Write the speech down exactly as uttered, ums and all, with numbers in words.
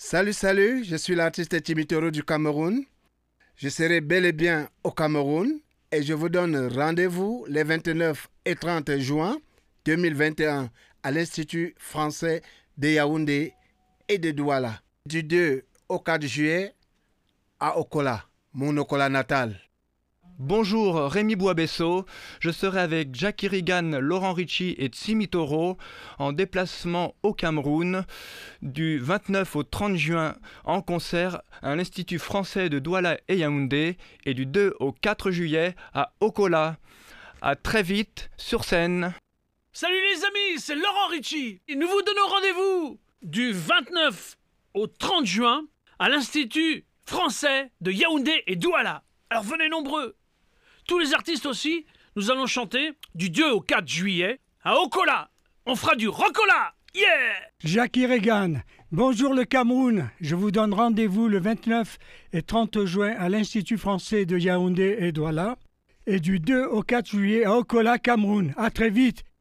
Salut, salut, je suis l'artiste Timitoro du Cameroun. Je serai bel et bien au Cameroun et je vous donne rendez-vous les vingt-neuf et trente juin deux mille vingt et un à l'Institut français de Yaoundé et de Douala. Du deux au quatre juillet à Okola, mon Okola natal. Bonjour, Rémi Boisbesso. Je serai avec Jackie Regan, Laurent Ritchie et Tsimitoro en déplacement au Cameroun du vingt-neuf au trente juin en concert à l'Institut français de Douala et Yaoundé et du deux au quatre juillet à Okola. À très vite sur scène. Salut les amis, c'est Laurent Ritchie et nous vous donnons rendez-vous du vingt-neuf au trente juin à l'Institut français de Yaoundé et Douala. Alors venez nombreux. Tous les artistes aussi, nous allons chanter du deux au quatre juillet à Okola. On fera du Rocola. Yeah! Jackie Regan, bonjour le Cameroun. Je vous donne rendez-vous le vingt-neuf et trente juin à l'Institut français de Yaoundé et Douala et du deux au quatre juillet à Okola, Cameroun. À très vite.